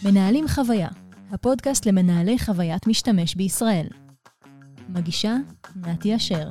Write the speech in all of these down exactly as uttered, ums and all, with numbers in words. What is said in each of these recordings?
מנהלים חוויה, הפודקאסט למנהלי חוויית משתמש בישראל. מגישה נתי אשר.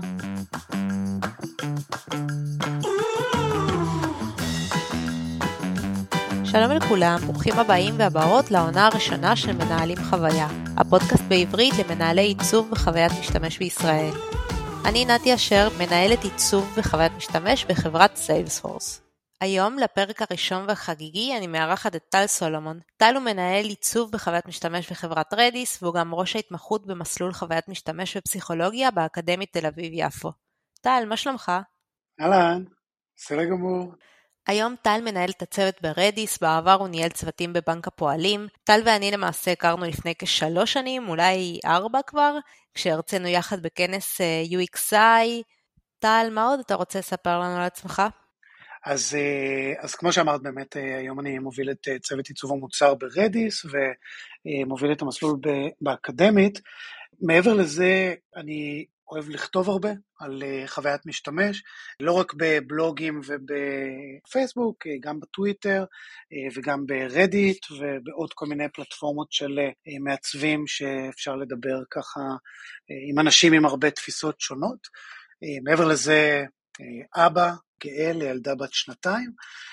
שלום לכולם, ברוכים הבאים והבאות לעונה הראשונה של מנהלים חוויה, הפודקאסט בעברית למנהלי עיצוב וחוויית משתמש בישראל. אני נתי אשר, מנהלת עיצוב וחוויית משתמש בחברת סיילספורס. היום לפרק הראשון והחגיגי אני מארחת את טל סולומון. טל הוא מנהל עיצוב בחוויית משתמש בחברת רדיס, והוא גם ראש ההתמחות במסלול חוויית משתמש בפסיכולוגיה באקדמית תל אביב יפו. טל, מה שלומך? אהלן, בסדר גמור. היום טל מנהל את הצוות ברדיס, בעבר הוא ניהל צוותים בבנק הפועלים. טל ואני למעשה הכרנו לפני כשלוש שנים, אולי ארבע כבר, כשהרצינו יחד בכנס יו אקס איי. טל, מה עוד אתה רוצה לספר לנו על עצמך? אז, אז כמו שאמרת, באמת היום אני מוביל את צוות עיצוב המוצר ברדיס, ומוביל את המסלול באקדמית. מעבר לזה, אני אוהב לכתוב הרבה על חוויית משתמש, לא רק בבלוגים ובפייסבוק, גם בטוויטר וגם ברדיט ובעוד כל מיני פלטפורמות של מעצבים שאפשר לדבר ככה עם אנשים עם הרבה תפיסות שונות. מעבר לזה, אבא גאה לילדה בת שנתיים,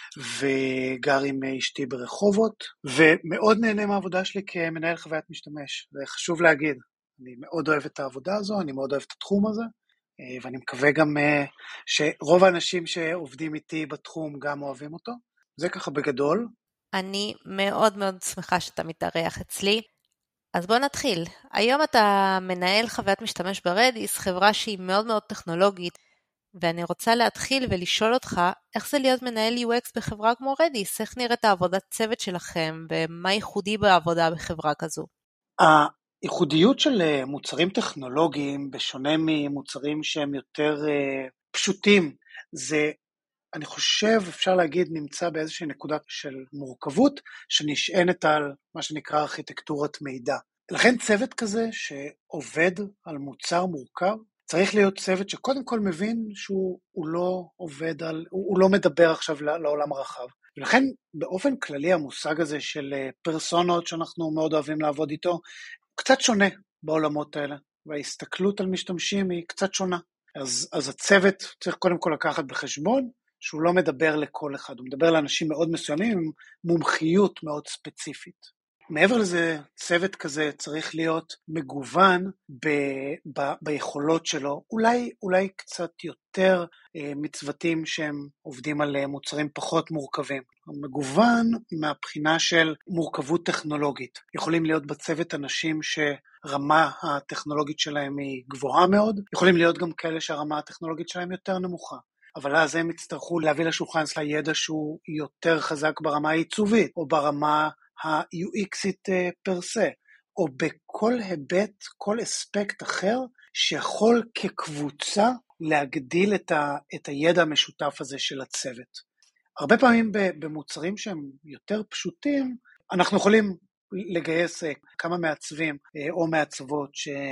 וגר עם אשתי ברחובות, ומאוד נהנה מהעבודה שלי כמנהל חוויית משתמש. זה חשוב להגיד, אני מאוד אוהב את העבודה הזו, אני מאוד אוהב את התחום הזה, ואני מקווה גם שרוב האנשים שעובדים איתי בתחום גם אוהבים אותו. זה ככה בגדול. אני מאוד מאוד שמחה שאתה מתארח אצלי. אז בוא נתחיל. היום אתה מנהל חוויית משתמש ברדיס, חברה שהיא מאוד מאוד טכנולוגית, ואני רוצה להתחיל ולשאול אותך, איך זה להיות מנהל יו אקס בחברה כמו רדיס? איך נראית העבודת צוות שלכם, ומה ייחודי בעבודה בחברה כזו? הייחודיות של מוצרים טכנולוגיים, בשונה ממוצרים שהם יותר פשוטים, זה, אני חושב, אפשר להגיד, נמצא באיזושהי נקודה של מורכבות, שנשענת על מה שנקרא ארכיטקטורת מידע. לכן צוות כזה שעובד על מוצר מורכב, צריך להיות צוות שקודם כל מבין שהוא הוא לא עובד על, הוא, הוא לא מדבר עכשיו לעולם הרחב. ולכן באופן כללי המושג הזה של פרסונות שאנחנו מאוד אוהבים לעבוד איתו, קצת שונה בעולמות האלה, וההסתכלות על משתמשים היא קצת שונה. אז, אז הצוות צריך קודם כל לקחת בחשבון שהוא לא מדבר לכל אחד, הוא מדבר לאנשים מאוד מסוימים עם מומחיות מאוד ספציפית. מעבר לזה, צוות כזה צריך להיות מגוון ב, ב, ביכולות שלו, אולי, אולי קצת יותר אה, מצוותים שהם עובדים על אה, מוצרים פחות מורכבים. מגוון מהבחינה של מורכבות טכנולוגית. יכולים להיות בצוות אנשים שרמה הטכנולוגית שלהם היא גבוהה מאוד, יכולים להיות גם כאלה שהרמה הטכנולוגית שלהם יותר נמוכה. אבל אז הם יצטרכו להביא לשולחן אצלה ידע שהוא יותר חזק ברמה העיצובית, או ברמה ה-יו אקסית פרסה, או בכל היבט, כל אספקט אחר, שיכול כקבוצה להגדיל את, ה, את הידע המשותף הזה של הצוות. הרבה פעמים במוצרים שהם יותר פשוטים, אנחנו יכולים לגייס כמה מעצבים או מעצבות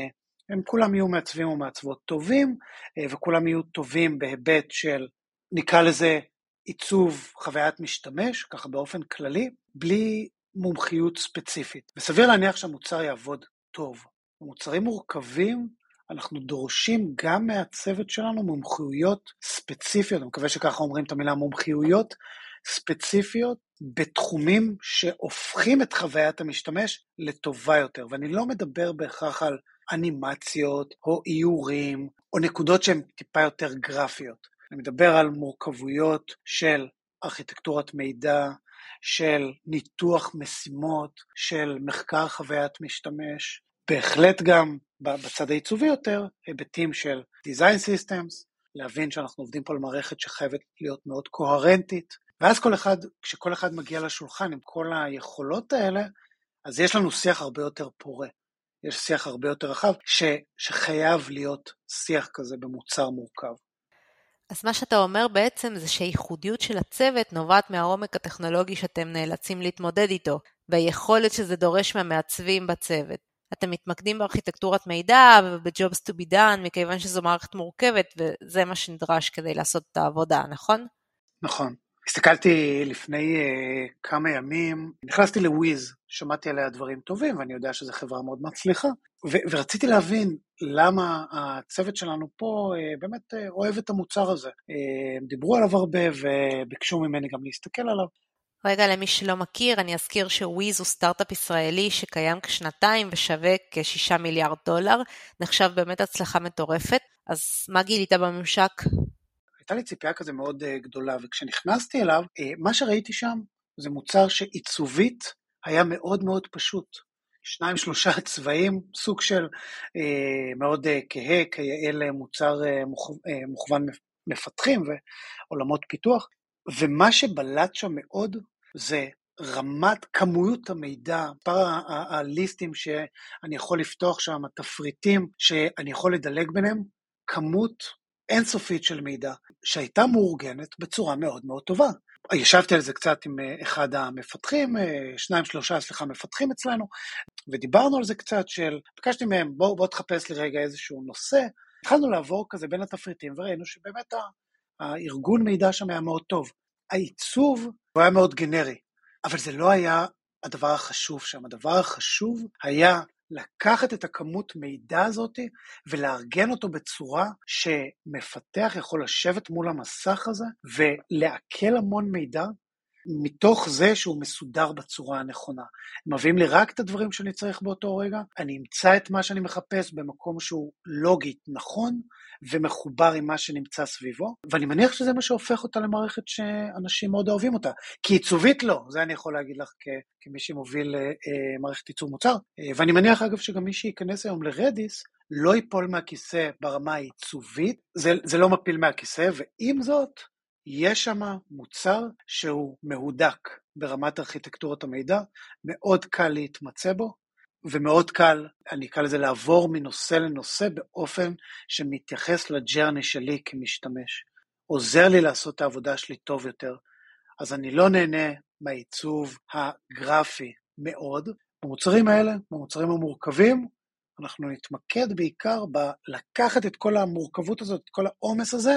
שהם כולם יהיו מעצבים או מעצבות טובים, וכולם יהיו טובים בהיבט של, נקרא לזה, עיצוב חוויית משתמש, ככה באופן כללי, בלי מומחיות ספציפית. וסביר להניח שהמוצר יעבוד טוב. במוצרים מורכבים, אנחנו דורשים גם מהצוות שלנו מומחיויות ספציפיות, אני מקווה שככה אומרים את המילה מומחיויות ספציפיות, בתחומים שהופכים את חוויית המשתמש לטובה יותר. ואני לא מדבר בהכרח על אנימציות או איורים, או נקודות שהן טיפה יותר גרפיות. אני מדבר על מורכבויות של ארכיטקטורת מידע, של ניתוח משימות, של מחקר חוויית משתמש, בהחלט גם בצד העיצובי יותר, היבטים של design systems, להבין שאנחנו עובדים פה על מערכת שחייבת להיות מאוד קוהרנטית, ואז כל אחד, כשכל אחד מגיע לשולחן עם כל היכולות האלה, אז יש לנו שיח הרבה יותר פורה, יש שיח הרבה יותר רחב, ש, שחייב להיות שיח כזה במוצר מורכב. אז מה שאתה אומר בעצם זה שהייחודיות של הצוות נובעת מהעומק הטכנולוגי שאתם נאלצים להתמודד איתו, והיכולת שזה דורש מהמעצבים בצוות. אתם מתמקדים בארכיטקטורת מידע וב-jobs to be done, מכיוון שזו מערכת מורכבת, וזה מה שנדרש כדי לעשות את העבודה, נכון? נכון. הסתכלתי לפני uh, כמה ימים, נכנסתי לוויז, שמעתי עליה דברים טובים, ואני יודע שזו חברה מאוד מצליחה, ו- ורציתי להבין למה הצוות שלנו פה uh, באמת uh, אוהב את המוצר הזה. Uh, דיברו עליו הרבה וביקשו ממני גם להסתכל עליו. רגע, למי שלא מכיר, אני אזכיר שוויז הוא סטארט-אפ ישראלי שקיים כשנתיים ושווה כשישה מיליארד דולר, נחשב באמת הצלחה מטורפת, אז מה גילית בממשק? הייתה לי ציפייה כזה מאוד uh, גדולה, וכשנכנסתי אליו, uh, מה שראיתי שם זה מוצר שעיצובית היה מאוד מאוד פשוט. שניים שלושה צבעים, סוג של uh, מאוד uh, כהה, כיעל מוצר uh, מוכ, uh, מוכוון מפתחים ועולמות פיתוח, ומה שבלט שם מאוד זה רמת כמויות המידע, פר הליסטים שאני יכול לפתוח שם, התפריטים שאני יכול לדלג ביניהם, כמות אינסופית של מידע שהייתה מאורגנת בצורה מאוד מאוד טובה. ישבתי על זה קצת עם אחד המפתחים, שניים שלושה סליחה מפתחים אצלנו, ודיברנו על זה קצת של, ביקשתי מהם בואו בוא תחפש לי רגע איזשהו נושא, התחלנו לעבור כזה בין התפריטים וראינו שבאמת הארגון מידע שם היה מאוד טוב. העיצוב הוא היה מאוד גנרי, אבל זה לא היה הדבר החשוב שם. הדבר החשוב היה לקחת את הכמות מידע הזאת ולארגן אותו בצורה שמפתח יכול לשבת מול המסך הזה ולעכל המון מידע מתוך זה שהוא מסודר בצורה הנכונה. הם מביאים לי רק את הדברים שאני צריך באותו רגע, אני אמצא את מה שאני מחפש במקום שהוא לוגית נכון ומחובר עם מה שנמצא סביבו, ואני מניח שזה מה שהופך אותה למערכת שאנשים מאוד אוהבים אותה, כי עיצובית לא, זה אני יכול להגיד לך כ- כמי שמוביל אה, מערכת עיצוב מוצר, אה, ואני מניח אגב שגם מי שייכנס היום לרדיס, לא ייפול מהכיסא ברמה העיצובית, זה, זה לא מפיל מהכיסא, ועם זאת, יש שם מוצר שהוא מהודק ברמת ארכיטקטורת המידע, מאוד קל להתמצא בו, ומאוד קל, אני אקרא לזה לעבור מנושא לנושא באופן שמתייחס לג'רני שלי כמשתמש. עוזר לי לעשות את העבודה שלי טוב יותר, אז אני לא נהנה מהעיצוב הגרפי מאוד. במוצרים האלה, במוצרים המורכבים, אנחנו נתמקד בעיקר בלקחת את כל המורכבות הזאת, את כל העומס הזה,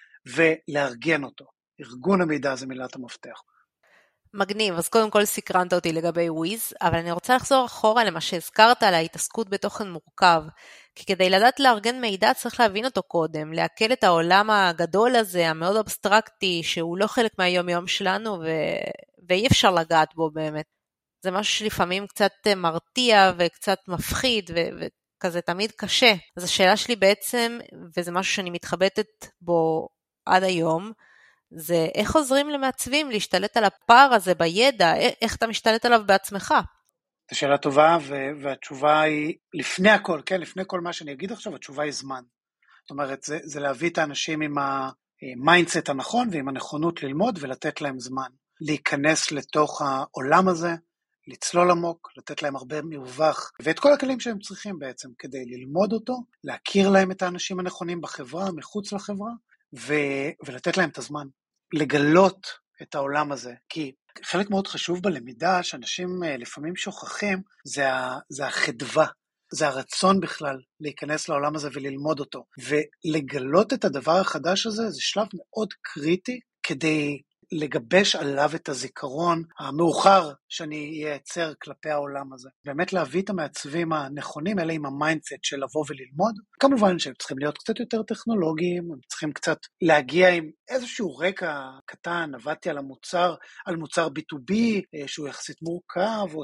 ולארגן אותו. ארגון המידע זה מילת המפתח. מגניב, אז קודם כל סקרנת אותי לגבי וויז, אבל אני רוצה לחזור אחורה למה שהזכרת על ההתעסקות בתוכן מורכב, כי כדי לדעת לארגן מידע צריך להבין אותו קודם, להקל את העולם הגדול הזה, המאוד אבסטרקטי, שהוא לא חלק מהיום יום שלנו, ו... ואי אפשר לגעת בו באמת. זה משהו שלפעמים קצת מרתיע וקצת מפחיד, ו... וכזה תמיד קשה. אז השאלה שלי בעצם, וזה משהו שאני מתחבטת בו עד היום, זה איך עוזרים למעצבים להשתלט על הפער הזה בידע, איך אתה משתלט עליו בעצמך? זו שאלה טובה, והתשובה היא, לפני הכל, כן, לפני כל מה שאני אגיד עכשיו, התשובה היא זמן. זאת אומרת, זה, זה להביא את האנשים עם המיינדסט הנכון, ועם הנכונות ללמוד, ולתת להם זמן. להיכנס לתוך העולם הזה, לצלול עמוק, לתת להם הרבה מרווח, ואת כל הכלים שהם צריכים בעצם, כדי ללמוד אותו, להכיר להם את האנשים הנכונים בחברה, מחוץ לחברה, ו, ולתת להם את הזמן. לגלות את העולם הזה, כי חלק מאוד חשוב בלמידה שאנשים לפעמים שוכחים, זה, זה החדווה, זה הרצון בכלל להיכנס לעולם הזה וללמוד אותו, ולגלות את הדבר החדש הזה, זה שלב מאוד קריטי, כדי לגבש עליו את הזיכרון המאוחר שאני אייצר כלפי העולם הזה. באמת להביא את המעצבים הנכונים, אלה עם המיינדסט של לבוא וללמוד. כמובן שהם צריכים להיות קצת יותר טכנולוגיים, הם צריכים קצת להגיע עם איזשהו רקע קטן, עבדתי על המוצר, על מוצר בי טו בי, שהוא יחסית מורכב, או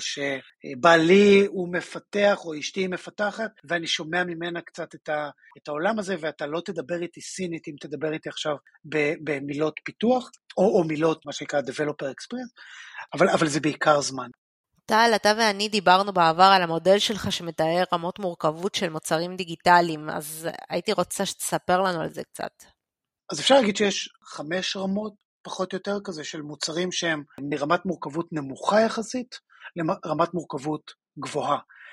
שבעלי הוא מפתח, או אשתי היא מפתחת, ואני שומע ממנה קצת את, ה, את העולם הזה, ואתה לא תדבר איתי סינית, אם תדבר איתי עכשיו במילות פיתוח, או, או מילות, מה שנקרא Developer Experience, אבל, אבל זה בעיקר זמן. טל, אתה ואני דיברנו בעבר על המודל שלך שמתאר רמות מורכבות של מוצרים דיגיטליים, אז הייתי רוצה שתספר לנו על זה קצת. אז אפשר להגיד שיש חמש רמות, פחות או יותר כזה, של מוצרים שהם מרמת מורכבות נמוכה יחסית, לרמת מורכבות גבוהה,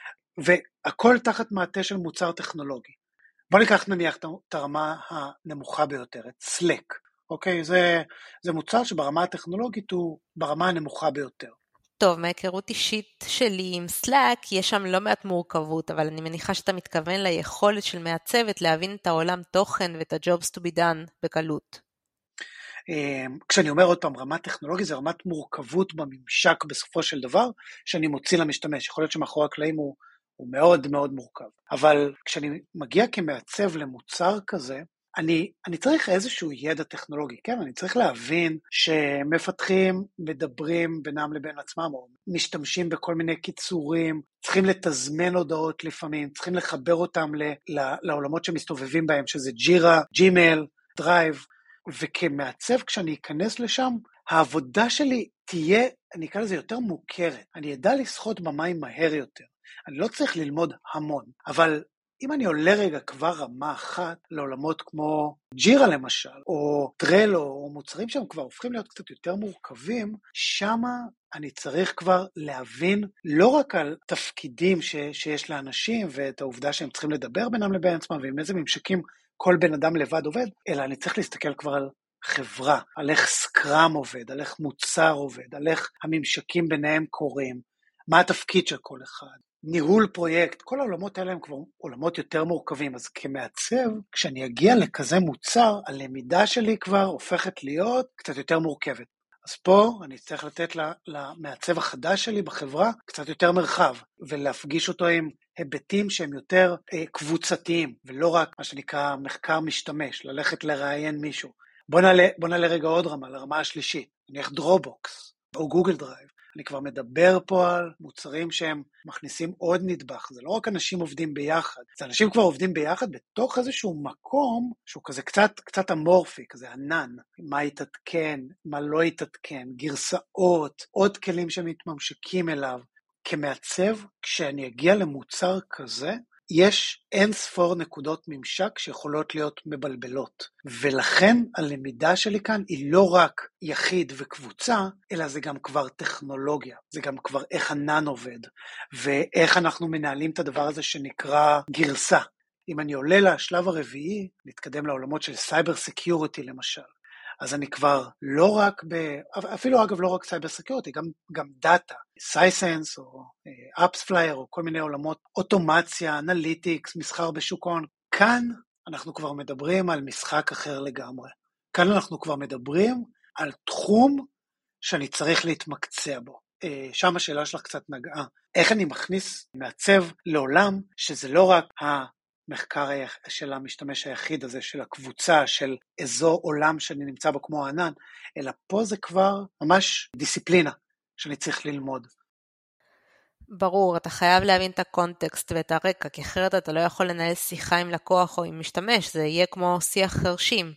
והכל תחת מעטה של מוצר טכנולוגי. בוא ניקח נניח את הרמה הנמוכה ביותר, את Slack. אוקיי, זה, זה מוצר שברמה הטכנולוגית הוא ברמה הנמוכה ביותר. טוב, מהיכרות אישית שלי עם Slack, יש שם לא מעט מורכבות, אבל אני מניחה שאתה מתכוון ליכולת של מעצבת להבין את העולם תוכן ואת ה-jobs to be done בקלות. כשאני אומר עוד פעם, רמת טכנולוגית, זה רמת מורכבות בממשק בסופו של דבר, שאני מוציא למשתמש. יכול להיות שמאחורי הקלעים הוא, הוא מאוד מאוד מורכב. אבל כשאני מגיע כמעצב למוצר כזה, אני, אני צריך איזשהו ידע טכנולוגי, כן? אני צריך להבין שמפתחים מדברים בינם לבין עצמם, או משתמשים בכל מיני קיצורים, צריכים לתזמן הודעות לפעמים, צריכים לחבר אותם ל, ל, לעולמות שמסתובבים בהם, שזה ג'ירה, ג'ימייל, דרייב, וכמעצב כשאני אכנס לשם, העבודה שלי תהיה, אני אקרא לזה יותר מוכרת, אני ידע לשחות במים מהר יותר, אני לא צריך ללמוד המון, אבל אם אני עולה רגע כבר רמה אחת לעולמות כמו ג'ירה למשל, או טרלו, או מוצרים שהם כבר הופכים להיות קצת יותר מורכבים, שמה אני צריך כבר להבין לא רק על תפקידים ש, שיש לאנשים, ואת העובדה שהם צריכים לדבר בינם לבין עצמם, ועם איזה ממשקים כל בן אדם לבד עובד, אלא אני צריך להסתכל כבר על חברה, על איך סקרם עובד, על איך מוצר עובד, על איך הממשקים ביניהם קורים, מה התפקיד של כל אחד. ניהול פרויקט, כל העולמות האלה הם כבר עולמות יותר מורכבים, אז כמעצב, כשאני אגיע לכזה מוצר, הלמידה שלי כבר הופכת להיות קצת יותר מורכבת. אז פה אני צריך לתת למעצב החדש שלי בחברה קצת יותר מרחב, ולהפגיש אותו עם היבטים שהם יותר אה, קבוצתיים, ולא רק מה שנקרא מחקר משתמש, ללכת לראיין מישהו. בוא נעלה, בוא נעלה רגע עוד רמה, לרמה השלישית, נניח דרופבוקס, או גוגל דרייב. אני כבר מדבר פה על מוצרים שהם מכניסים עוד נדבך, זה לא רק אנשים עובדים ביחד, זה אנשים כבר עובדים ביחד בתוך איזשהו מקום שהוא כזה קצת, קצת אמורפי, כזה ענן, מה יתעדכן, מה לא יתעדכן, גרסאות, עוד כלים שמתממשקים אליו. כמעצב, כשאני אגיע למוצר כזה, יש אין ספור נקודות ממשק שיכולות להיות מבלבלות, ולכן הלמידה שלי כאן היא לא רק יחיד וקבוצה, אלא זה גם כבר טכנולוגיה, זה גם כבר איך ענן עובד, ואיך אנחנו מנהלים את הדבר הזה שנקרא גרסה. אם אני עולה לשלב הרביעי, נתקדם לעולמות של סייבר סקיוריטי למשל, אז אני כבר לא רק, ב, אפילו אגב לא רק סייבר סקיוריטי, גם, גם דאטה, סייסנס או אפס פלייר או כל מיני עולמות, אוטומציה, אנליטיקס, מסחר בשוק ההון. כאן אנחנו כבר מדברים על משחק אחר לגמרי. כאן אנחנו כבר מדברים על תחום שאני צריך להתמקצע בו. שם השאלה שלך קצת נגעה. איך אני מכניס מעצב לעולם שזה לא רק ה... מחקר של המשתמש היחיד הזה, של הקבוצה, של אזור עולם שאני נמצא בו כמו הענן, אלא פה זה כבר ממש דיסציפלינה שאני צריך ללמוד. ברור, אתה חייב להבין את הקונטקסט ואת הרקע, כי אחרת אתה לא יכול לנהל שיחה עם לקוח או עם משתמש, זה יהיה כמו שיח חרשים.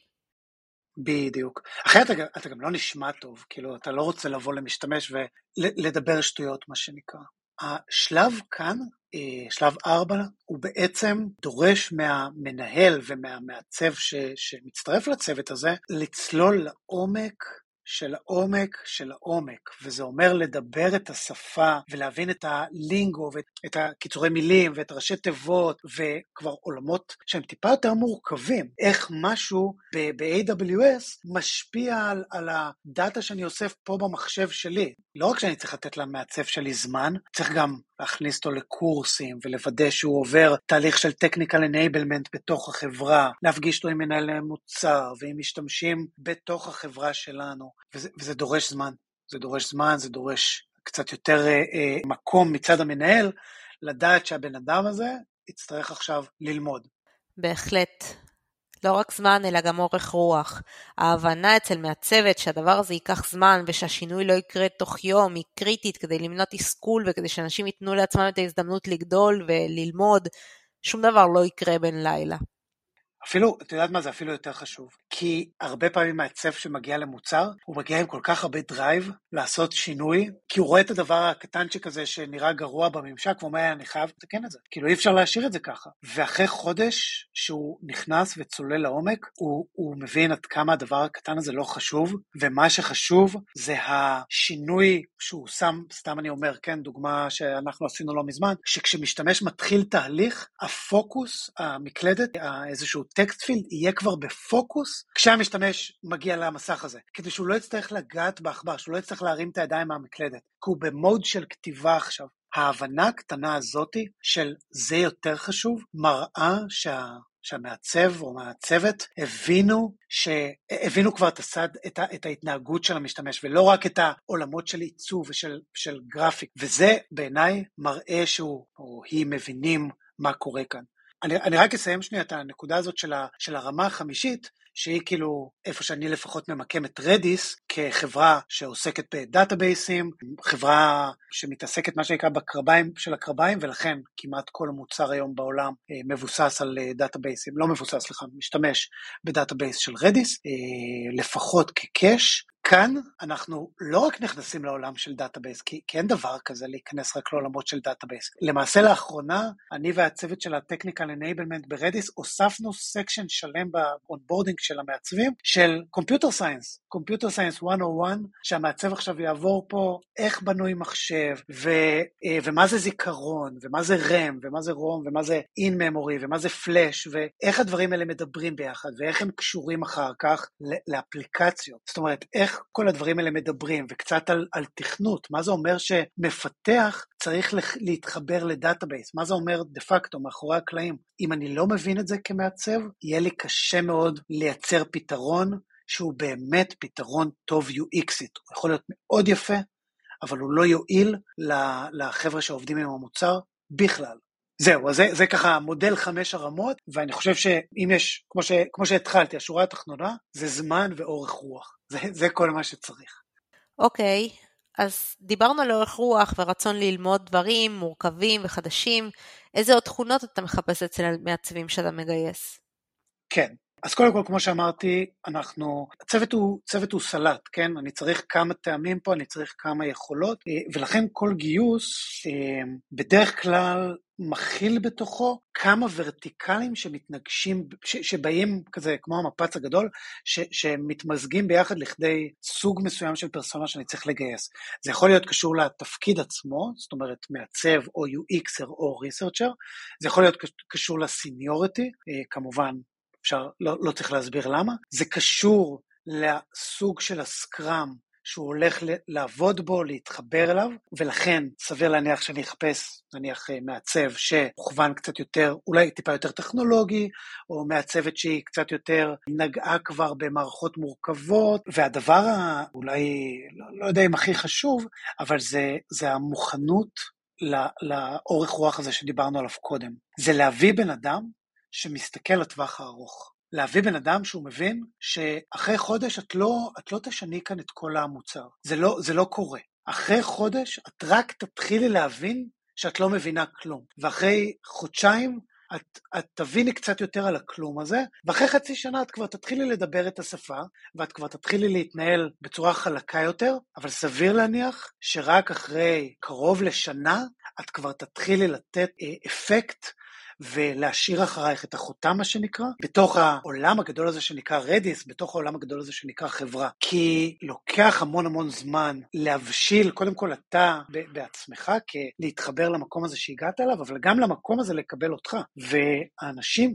בדיוק. אחרת אתה, אתה גם לא נשמע טוב, כאילו אתה לא רוצה לבוא למשתמש ולדבר שטויות מה שנקרא. השלב כאן, שלב ארבע, הוא בעצם דורש מהמנהל ומהמעצב ש, שמצטרף לצוות הזה, לצלול לעומק של העומק של העומק, וזה אומר לדבר את השפה ולהבין את הלינגו ואת הקיצורי מילים ואת ראשי תיבות וכבר עולמות שהם טיפה יותר מורכבים, איך משהו ב-איי דאבליו אס משפיע על, על הדאטה שאני אוסף פה במחשב שלי. לא רק שאני צריך לתת למעצב שלי זמן, צריך גם להכניס אותו לקורסים ולוודא שהוא עובר תהליך של technical enablement בתוך החברה, להפגיש אותו עם מנהלי מוצר ועם משתמשים בתוך החברה שלנו, וזה, וזה דורש זמן, זה דורש זמן, זה דורש קצת יותר אה, אה, מקום מצד המנהל, לדעת שהבן אדם הזה יצטרך עכשיו ללמוד. בהחלט. לא רק זמן, אלא גם אורך רוח. ההבנה אצל מעצבת שהדבר הזה ייקח זמן, ושהשינוי לא יקרה תוך יום, היא קריטית כדי למנוע תסכול, וכדי שאנשים ייתנו לעצמם את ההזדמנות לגדול וללמוד, שום דבר לא יקרה בין לילה. אפילו, את יודעת מה, זה אפילו יותר חשוב, כי הרבה פעמים מעצב שמגיע למוצר, הוא מגיע עם כל כך הרבה דרייב לעשות שינוי, כי הוא רואה את הדבר הקטנצ'יק הזה שנראה גרוע בממשק, והוא אומר, אני חייב לתקן את זה, כאילו אי אפשר להשאיר את זה ככה. ואחרי חודש שהוא נכנס וצולל לעומק, הוא, הוא מבין עד כמה הדבר הקטן הזה לא חשוב, ומה שחשוב זה השינוי שהוא שם, סתם אני אומר, כן, דוגמה שאנחנו עשינו לא מזמן, שכשמשתמש מתחיל תהליך, הפוקוס, המקלדת, איזשהו טקסט פילד יהיה כבר בפוקוס כשהמשתמש מגיע למסך הזה, כדי שהוא לא יצטרך לגעת בעכבר, שהוא לא יצטרך להרים את הידיים מהמקלדת, כי הוא במוד של כתיבה עכשיו. ההבנה הקטנה הזאת של זה יותר חשוב, מראה שה, שהמעצב או מעצבת הבינו, שהבינו כבר את, הסד, את, ה, את ההתנהגות של המשתמש, ולא רק את העולמות של עיצוב ושל של גרפיק, וזה בעיניי מראה שהוא או היא מבינים מה קורה כאן. אני, אני רק אסיים שנייה את הנקודה הזאת של, ה, של הרמה החמישית, שהיא כאילו איפה שאני לפחות ממקם את רדיס כחברה שעוסקת בדאטאבייסים, חברה שמתעסקת מה שנקרא בקרביים של הקרביים, ולכן כמעט כל המוצר היום בעולם מבוסס על דאטאבייסים, לא מבוסס, סליחה, משתמש בדאטאבייס של רדיס, לפחות כקש. כאן אנחנו לא רק נכנסים לעולם של דאטאבייס, כי, כי אין דבר כזה להיכנס רק לעולמות של דאטאבייס. למעשה לאחרונה, אני והצוות של ה-Technical Enablement ברדיס, הוספנו סקשן שלם ב-onboarding של המעצבים, של Computer Science, Computer Science מאה ואחת, שהמעצב עכשיו יעבור פה איך בנוי מחשב, ו, ומה זה זיכרון, ומה זה רם, ומה זה רום, ומה זה in-memory, ומה זה פלאש, ואיך הדברים האלה מדברים ביחד, ואיך הם קשורים אחר כך לאפליקציות. זאת אומרת, איך כל הדברים האלה מדברים, וקצת על, על תכנות, מה זה אומר שמפתח צריך להתחבר לדאטאבייס, מה זה אומר דה פקטו, מאחורי הקלעים. אם אני לא מבין את זה כמעצב, יהיה לי קשה מאוד לייצר פתרון, שהוא באמת פתרון טוב יו אקסית, הוא יכול להיות מאוד יפה, אבל הוא לא יועיל לחבר'ה שעובדים עם המוצר בכלל. זהו, זה, זה ככה מודל חמש הרמות, ואני חושב שאם יש, כמו, ש, כמו שהתחלתי, השורה התחתונה, זה זמן ואורך רוח. זה, זה כל מה שצריך. אוקיי, אז דיברנו על אורך רוח ורצון ללמוד דברים מורכבים וחדשים. איזה עוד תכונות אתה מחפש אצל המעצבים שאתה מגייס? כן. אז קודם כל, כמו שאמרתי, אנחנו, הצוות הוא, צוות הוא סלט, כן? אני צריך כמה טעמים פה, אני צריך כמה יכולות, ולכן כל גיוס בדרך כלל מכיל בתוכו כמה ורטיקלים שמתנגשים, ש, שבאים כזה כמו המפץ הגדול, ש, שמתמזגים ביחד לכדי סוג מסוים של פרסונה שאני צריך לגייס. זה יכול להיות קשור לתפקיד עצמו, זאת אומרת מעצב או יו אקסר או ריסרצ'ר, זה יכול להיות קשור לסיניוריטי, כמובן, אפשר, לא, לא צריך להסביר למה, זה קשור לסוג של הסקרם שהוא הולך לעבוד בו, להתחבר אליו, ולכן סביר להניח שאני אחפש, נניח מעצב שמוכוון קצת יותר, אולי טיפה יותר טכנולוגי, או מעצבת שהיא קצת יותר נגעה כבר במערכות מורכבות, והדבר אולי, לא, לא יודע אם הכי חשוב, אבל זה, זה המוכנות לאורך רוח הזה שדיברנו עליו קודם. זה להביא בן אדם שמסתכל לטווח הארוך. להביא בן אדם שהוא מבין שאחרי חודש את לא, את לא תשני כאן את כל המוצר. זה לא, זה לא קורה. אחרי חודש את רק תתחילי להבין שאת לא מבינה כלום. ואחרי חודשיים את, את תביני קצת יותר על הכלום הזה, ואחרי חצי שנה את כבר תתחילי לדבר את השפה, ואת כבר תתחילי להתנהל בצורה חלקה יותר, אבל סביר להניח שרק אחרי קרוב לשנה את כבר תתחילי לתת אה, אפקט, ולהשאיר אחרייך את החותם, מה שנקרא, בתוך העולם הגדול הזה שנקרא רדיס, בתוך העולם הגדול הזה שנקרא חברה. כי לוקח המון המון זמן להבשיל, קודם כל אתה בעצמך, להתחבר למקום הזה שהגעת אליו, אבל גם למקום הזה לקבל אותך. והאנשים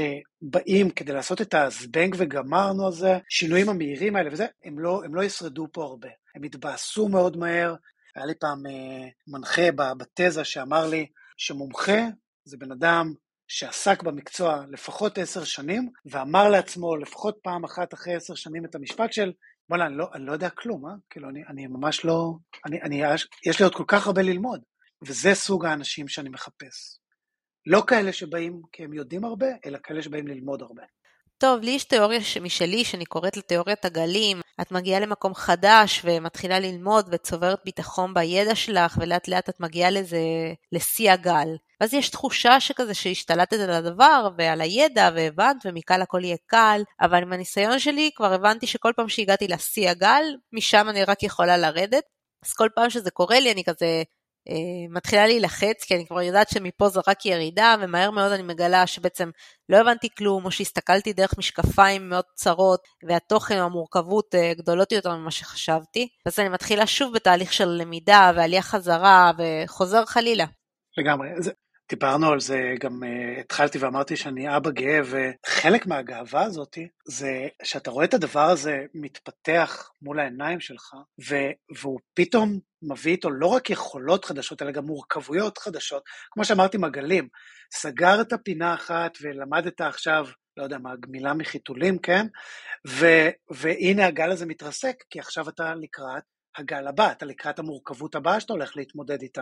שבאים כדי לעשות את הזבנג וגמרנו הזה, שינויים המהירים האלה וזה, הם לא, הם לא ישרדו פה הרבה. הם התבאסו מאוד מהר. היה לי פעם אה, מנחה בתזה שאמר לי שמומחה, זה בן אדם שעסק במקצוע לפחות עשר שנים, ואמר לעצמו לפחות פעם אחת אחרי עשר שנים את המשפט של, בוא'לה, אני לא, אני לא יודע כלום, אה? כאילו, אני, אני ממש לא, אני, אני, יש לי עוד כל כך הרבה ללמוד, וזה סוג האנשים שאני מחפש. לא כאלה שבאים כי הם יודעים הרבה, אלא כאלה שבאים ללמוד הרבה. טוב, לי יש תיאוריה משלי, שאני קוראת לתיאוריית הגלים. את מגיעה למקום חדש ומתחילה ללמוד וצוברת ביטחון בידע שלך, ולאט לאט את מגיעה לזה, לשיא הגל. ואז יש תחושה שכזה שהשתלטת על הדבר ועל הידע והבנת, ומכאן הכל יהיה קל, אבל עם הניסיון שלי כבר הבנתי שכל פעם שהגעתי לשיא הגל, משם אני רק יכולה לרדת. אז כל פעם שזה קורה לי אני כזה מתחילה להילחץ, כי אני כבר יודעת שמפה זה רק ירידה, ומהר מאוד אני מגלה שבעצם לא הבנתי כלום, או שהסתכלתי דרך משקפיים מאוד צרות, והתוכן או המורכבות גדולות יותר ממה שחשבתי, אז אני מתחילה שוב בתהליך של למידה, ועלייה חזרה, וחוזר חלילה. לגמרי, זה, דיברנו על זה, גם uh, התחלתי ואמרתי שאני אבא גאה, וחלק מהגאווה הזאת זה שאתה רואה את הדבר הזה מתפתח מול העיניים שלך, ו- והוא פתאום מביא איתו לא רק יכולות חדשות, אלא גם מורכבויות חדשות, כמו שאמרתי מגלים, סגרת פינה אחת ולמדת עכשיו, לא יודע מה, גמילה מחיתולים, כן? ו- והנה הגל הזה מתרסק, כי עכשיו אתה לקראת הגל הבא, אתה לקראת המורכבות הבאה שאתה הולך להתמודד איתה.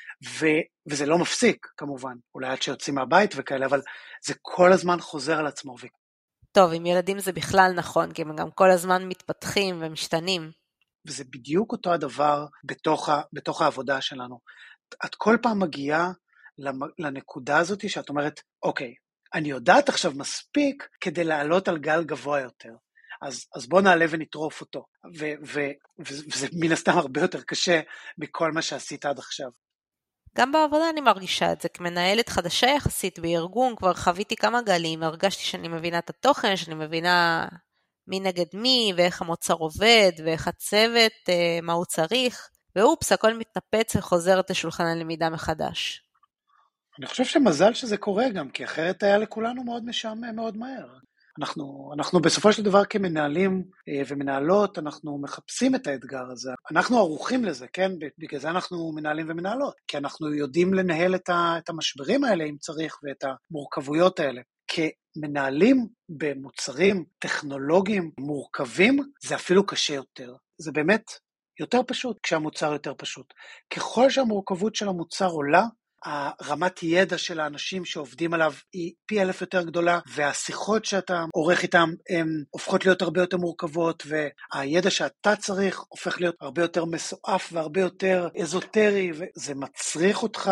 ו- וזה לא מפסיק, כמובן, אולי עד שיוצאים מהבית וכאלה, אבל זה כל הזמן חוזר על עצמו. טוב, עם ילדים זה בכלל נכון, כי הם גם כל הזמן מתפתחים ומשתנים. וזה בדיוק אותו הדבר בתוך, ה- בתוך העבודה שלנו. את כל פעם מגיעה לנקודה הזאת שאת אומרת, אוקיי, אני יודעת עכשיו מספיק כדי לעלות על גל גבוה יותר. אז, אז בוא נעלה ונטרוף אותו. ו- ו- ו- וזה מן הסתם הרבה יותר קשה מכל מה שעשית עד עכשיו. גם בעבודה אני מרגישה את זה, כמנהלת חדשה יחסית בארגון, כבר חוויתי כמה גלים, הרגשתי שאני מבינה את התוכן, שאני מבינה מי נגד מי, ואיך המוצר עובד, ואיך הצוות, מה הוא צריך, ואופס, הכל מתנפץ וחוזרת לשולחן הלמידה מחדש. אני חושב שמזל שזה קורה גם, כי אחרת היה לכולנו מאוד משעמם מאוד מהר. אנחנו, אנחנו בסופו של דבר כמנהלים ומנהלות, אנחנו מחפשים את האתגר הזה. אנחנו ערוכים לזה, כן? בגלל זה אנחנו מנהלים ומנהלות, כי אנחנו יודעים לנהל את, ה, את המשברים האלה אם צריך, ואת המורכבויות האלה. כמנהלים במוצרים טכנולוגיים מורכבים, זה אפילו קשה יותר. זה באמת יותר פשוט כשהמוצר יותר פשוט. ככל שהמורכבות של המוצר עולה, הרמת ידע של האנשים שעובדים עליו היא פי אלף יותר גדולה, והשיחות שאתה עורך איתם הן הופכות להיות הרבה יותר מורכבות, והידע שאתה צריך הופך להיות הרבה יותר מסועף והרבה יותר אזוטרי, וזה מצריך אותך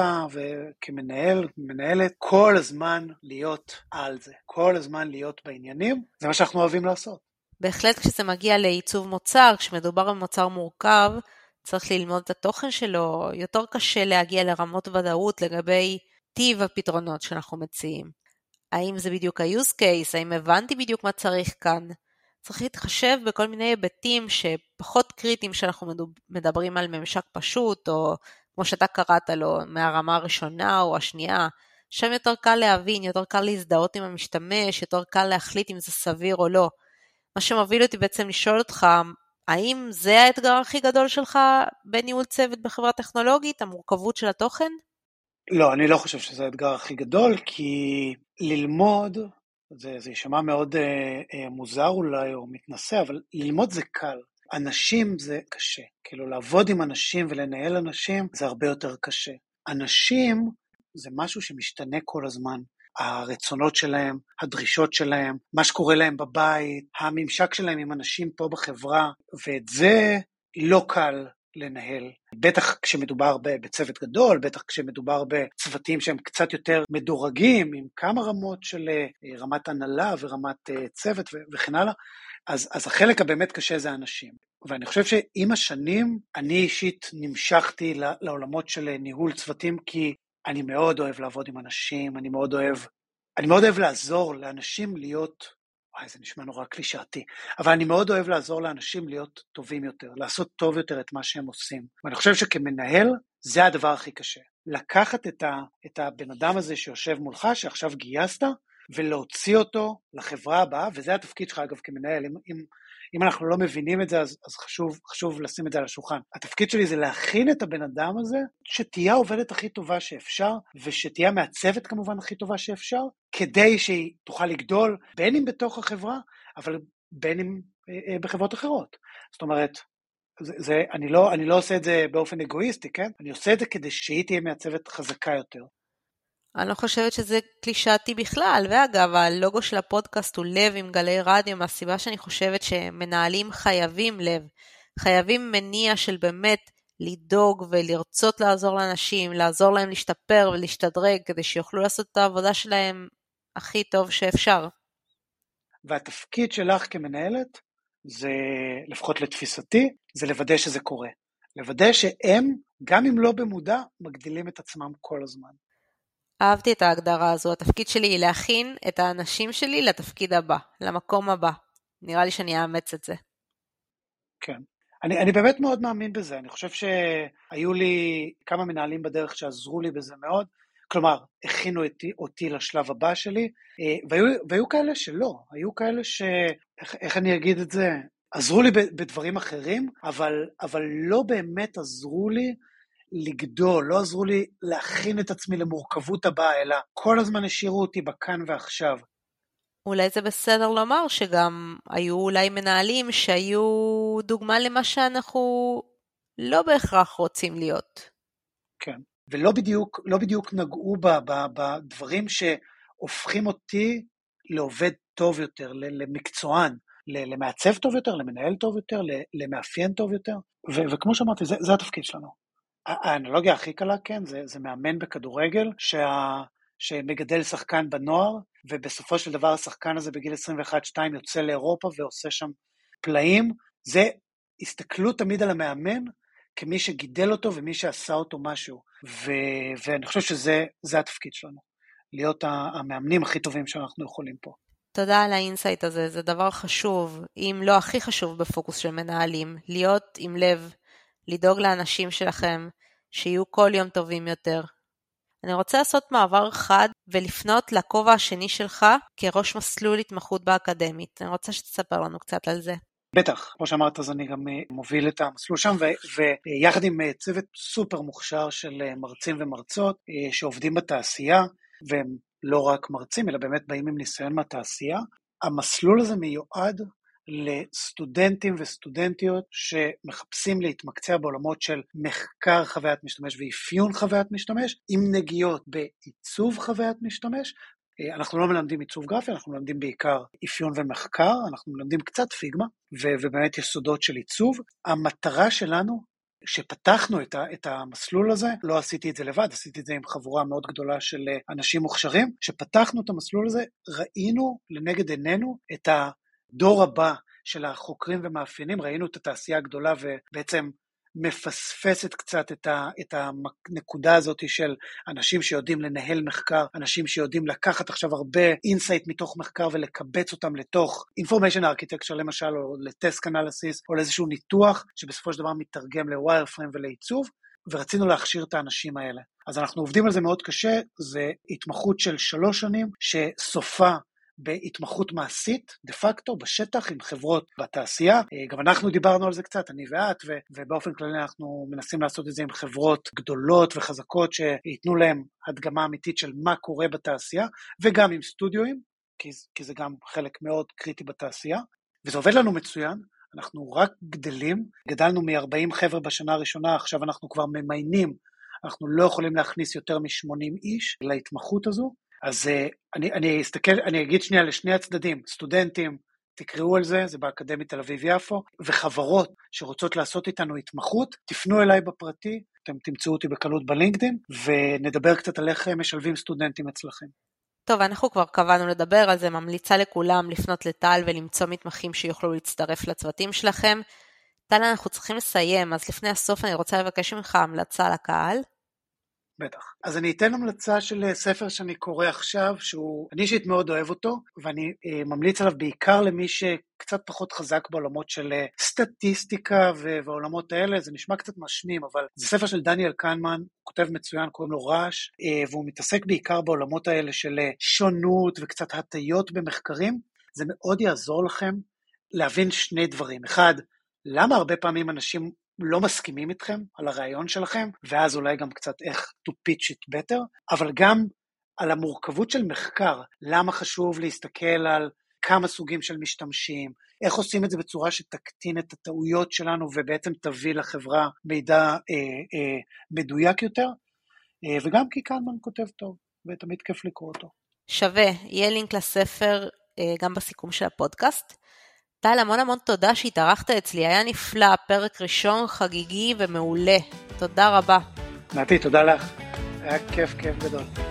וכמנהל, מנהלת, כל הזמן להיות על זה, כל הזמן להיות בעניינים, זה מה שאנחנו אוהבים לעשות. בהחלט כשזה מגיע לעיצוב מוצר, כשמדובר במוצר מורכב, צריך ללמוד את התוכן שלו, יותר קשה להגיע לרמות ודאות לגבי טיב הפתרונות שאנחנו מציעים. האם זה בדיוק ה-use case, האם הבנתי בדיוק מה צריך כאן? צריך להתחשב בכל מיני היבטים שפחות קריטיים שאנחנו מדברים על ממשק פשוט, או כמו שאתה קראת לו, מהרמה הראשונה או השנייה, שם יותר קל להבין, יותר קל להזדהות עם המשתמש, יותר קל להחליט אם זה סביר או לא. מה שמוביל אותי בעצם לשאול אותך, האם זה האתגר הכי גדול שלך בניהול צוות בחברה טכנולוגית, המורכבות של התוכן? לא, אני לא חושב שזה האתגר הכי גדול, כי ללמוד, זה, זה יישמע מאוד אה, אה, מוזר אולי או מתנסה, אבל ללמוד זה קל. אנשים זה קשה, כאילו לעבוד עם אנשים ולנהל אנשים זה הרבה יותר קשה. אנשים זה משהו שמשתנה כל הזמן. הרצונות שלהם, הדרישות שלהם, מה שקורה להם בבית, הממשק שלהם עם אנשים פה בחברה, ואת זה לא קל לנהל. בטח כשמדובר בצוות גדול, בטח כשמדובר בצוותים שהם קצת יותר מדורגים, עם כמה רמות של רמת הנהלה ורמת צוות וכן הלאה, אז, אז החלק הבאמת קשה זה האנשים. ואני חושב שעם השנים, אני אישית נמשכתי לעולמות של ניהול צוותים, כי אני מאוד אוהב לעבוד עם אנשים, אני מאוד אוהב, אני מאוד אוהב לעזור לאנשים להיות, וואי, זה נשמע נורא קלישאתי, אבל אני מאוד אוהב לעזור לאנשים להיות טובים יותר, לעשות טוב יותר את מה שהם עושים. ואני חושב שכמנהל, זה הדבר הכי קשה. לקחת את, ה, את הבן אדם הזה שיושב מולך, שעכשיו גייסת, ולהוציא אותו לחברה הבאה, וזה התפקיד שלך אגב כמנהל. אם, אם, אם אנחנו לא מבינים את זה, אז, אז חשוב, חשוב לשים את זה על השולחן. התפקיד שלי זה להכין את הבן אדם הזה, שתהיה העובדת הכי טובה שאפשר, ושתהיה מעצבת כמובן הכי טובה שאפשר, כדי שהיא תוכל לגדול, בין אם בתוך החברה, אבל בין אם אה, אה, בחברות אחרות. זאת אומרת, זה, זה, אני, לא, אני לא עושה את זה באופן אגואיסטי, כן? אני עושה את זה כדי שהיא תהיה מעצבת חזקה יותר. אני לא חושבת שזה קלישאתי בכלל, ואגב, הלוגו של הפודקאסט הוא לב עם גלי רדיו, מהסיבה שאני חושבת שמנהלים חייבים לב, חייבים מניע של באמת לדאוג ולרצות לעזור לאנשים, לעזור להם להשתפר ולהשתדרג, כדי שיוכלו לעשות את העבודה שלהם הכי טוב שאפשר. והתפקיד שלך כמנהלת, זה, לפחות לתפיסתי, זה לוודא שזה קורה. לוודא שהם, גם אם לא במודע, מגדילים את עצמם כל הזמן. אהבתי את ההגדרה הזו, התפקיד שלי היא להכין את האנשים שלי לתפקיד הבא, למקום הבא. נראה לי שאני אאמץ את זה. כן. אני, אני באמת מאוד מאמין בזה, אני חושב שהיו לי כמה מנהלים בדרך שעזרו לי בזה מאוד, כלומר, הכינו אותי, אותי לשלב הבא שלי, והיו, והיו כאלה שלא, היו כאלה ש... איך, איך אני אגיד את זה? עזרו לי בדברים אחרים, אבל, אבל לא באמת עזרו לי לגדול, לא עזרו לי להכין את עצמי למורכבות הבאה, אלא כל הזמן השאירו אותי בכאן ועכשיו. אולי זה בסדר לומר שגם היו אולי מנהלים שהיו דוגמה למה שאנחנו לא בהכרח רוצים להיות. כן, ולא בדיוק, לא בדיוק נגעו ב, ב, בדברים שהופכים אותי לעובד טוב יותר, למקצוען, למעצב טוב יותר, למנהל טוב יותר, למאפיין טוב יותר, ו- וכמו שאמרתי, זה, זה התפקיד שלנו. האנלוגיה הכי קלה, כן, זה, זה מאמן בכדורגל, שה, שמגדל שחקן בנוער, ובסופו של דבר השחקן הזה בגיל עשרים ואחת שתיים יוצא לאירופה ועושה שם פלאים, זה הסתכלות תמיד על המאמן, כמי שגידל אותו ומי שעשה אותו משהו, ו- ואני חושב שזה זה התפקיד שלנו, להיות המאמנים הכי טובים שאנחנו יכולים פה. תודה על האינסייט הזה, זה דבר חשוב, אם לא הכי חשוב בפוקוס של מנהלים, להיות עם לב, לדאוג לאנשים שלכם, שיהיו כל יום טובים יותר. אני רוצה לעשות מעבר חד ולפנות לכובע השני שלך כראש מסלול התמחות באקדמית. אני רוצה שתספר לנו קצת על זה. בטח, כמו שאמרת, אז אני גם מוביל את המסלול שם, ויחד עם צוות סופר מוכשר של מרצים ומרצות שעובדים בתעשייה, והם לא רק מרצים, אלא באמת באים עם ניסיון מהתעשייה. המסלול הזה מיועד לסטודנטים וסטודנטיות שמחפשים להתמקצע בעולמות של מחקר חוויית משתמש ואפיון חוויית משתמש, עם נגיעות בעיצוב חוויית משתמש. אנחנו לא מלמדים עיצוב גרפי, אנחנו מלמדים בעיקר אפיון ומחקר, אנחנו מלמדים קצת פיגמה, ובאמת יסודות של עיצוב. המטרה שלנו, שפתחנו את, ה, את המסלול הזה, לא עשיתי את זה לבד, עשיתי את זה עם חבורה מאוד גדולה של אנשים מוכשרים, שפתחנו את המסלול הזה, ראינו לנגד עינינו את הדור הבא של החוקרים ומאפיינים, ראינו את התעשייה הגדולה ובעצם מפספסת קצת את, ה, את הנקודה הזאת של אנשים שיודעים לנהל מחקר, אנשים שיודעים לקחת עכשיו הרבה אינסייט מתוך מחקר ולקבץ אותם לתוך Information Architecture למשל, או לטסק אנליסיס, או לאיזשהו ניתוח שבסופו של דבר מתרגם לוויירפריים ולעיצוב, ורצינו להכשיר את האנשים האלה. אז אנחנו עובדים על זה מאוד קשה, זה התמחות של שלוש שנים שסופה בהתמחות מעשית, דה פקטו, בשטח, עם חברות בתעשייה. גם אנחנו דיברנו על זה קצת, אני ואת, ו- ובאופן כללי אנחנו מנסים לעשות את זה עם חברות גדולות וחזקות, שיתנו להם הדגמה אמיתית של מה קורה בתעשייה, וגם עם סטודיואים, כי, כי זה גם חלק מאוד קריטי בתעשייה, וזה עובד לנו מצוין, אנחנו רק גדלים, גדלנו מ-ארבעים חבר'ה בשנה הראשונה, עכשיו אנחנו כבר ממיינים, אנחנו לא יכולים להכניס יותר מ-שמונים איש להתמחות הזו, אז אני, אני אסתכל, אני אגיד שנייה לשני הצדדים, סטודנטים, תקראו על זה, זה באקדמית תל אביב יפו, וחברות שרוצות לעשות איתנו התמחות, תפנו אליי בפרטי, אתם תמצאו אותי בקלות בלינקדין, ונדבר קצת על איך משלבים סטודנטים אצלכם. טוב, אנחנו כבר קבענו לדבר על זה, ממליצה לכולם לפנות לטל ולמצוא מתמחים שיוכלו להצטרף לצוותים שלכם. טל, אנחנו צריכים לסיים, אז לפני הסוף אני רוצה לבקש ממך המלצה לקהל. בטח. אז אני אתן המלצה של ספר שאני קורא עכשיו, שהוא, אני אישית מאוד אוהב אותו, ואני אה, ממליץ עליו בעיקר למי שקצת פחות חזק בעולמות של אה, סטטיסטיקה ובעולמות האלה, זה נשמע קצת משמים, אבל זה ספר של דניאל קנמן, הוא כותב מצוין, קוראים לו רעש, אה, והוא מתעסק בעיקר בעולמות האלה של אה, שונות וקצת הטיות במחקרים, זה מאוד יעזור לכם להבין שני דברים. אחד, למה הרבה פעמים אנשים לא מסכימים איתכם על הרעיון שלכם, ואז אולי גם קצת איך to pitch it better, אבל גם על המורכבות של מחקר, למה חשוב להסתכל על כמה סוגים של משתמשים, איך עושים את זה בצורה שתקטין את הטעויות שלנו, ובעצם תביא לחברה מידע אה, אה, מדויק יותר, אה, וגם כי קנמן כותב טוב, ותמיד כיף לקרוא אותו. שווה, יהיה לינק לספר אה, גם בסיכום של הפודקאסט. טל, המון המון תודה שהתארחת אצלי, היה נפלא, פרק ראשון חגיגי ומעולה. תודה רבה. נתי, תודה לך, היה כיף, כיף גדול.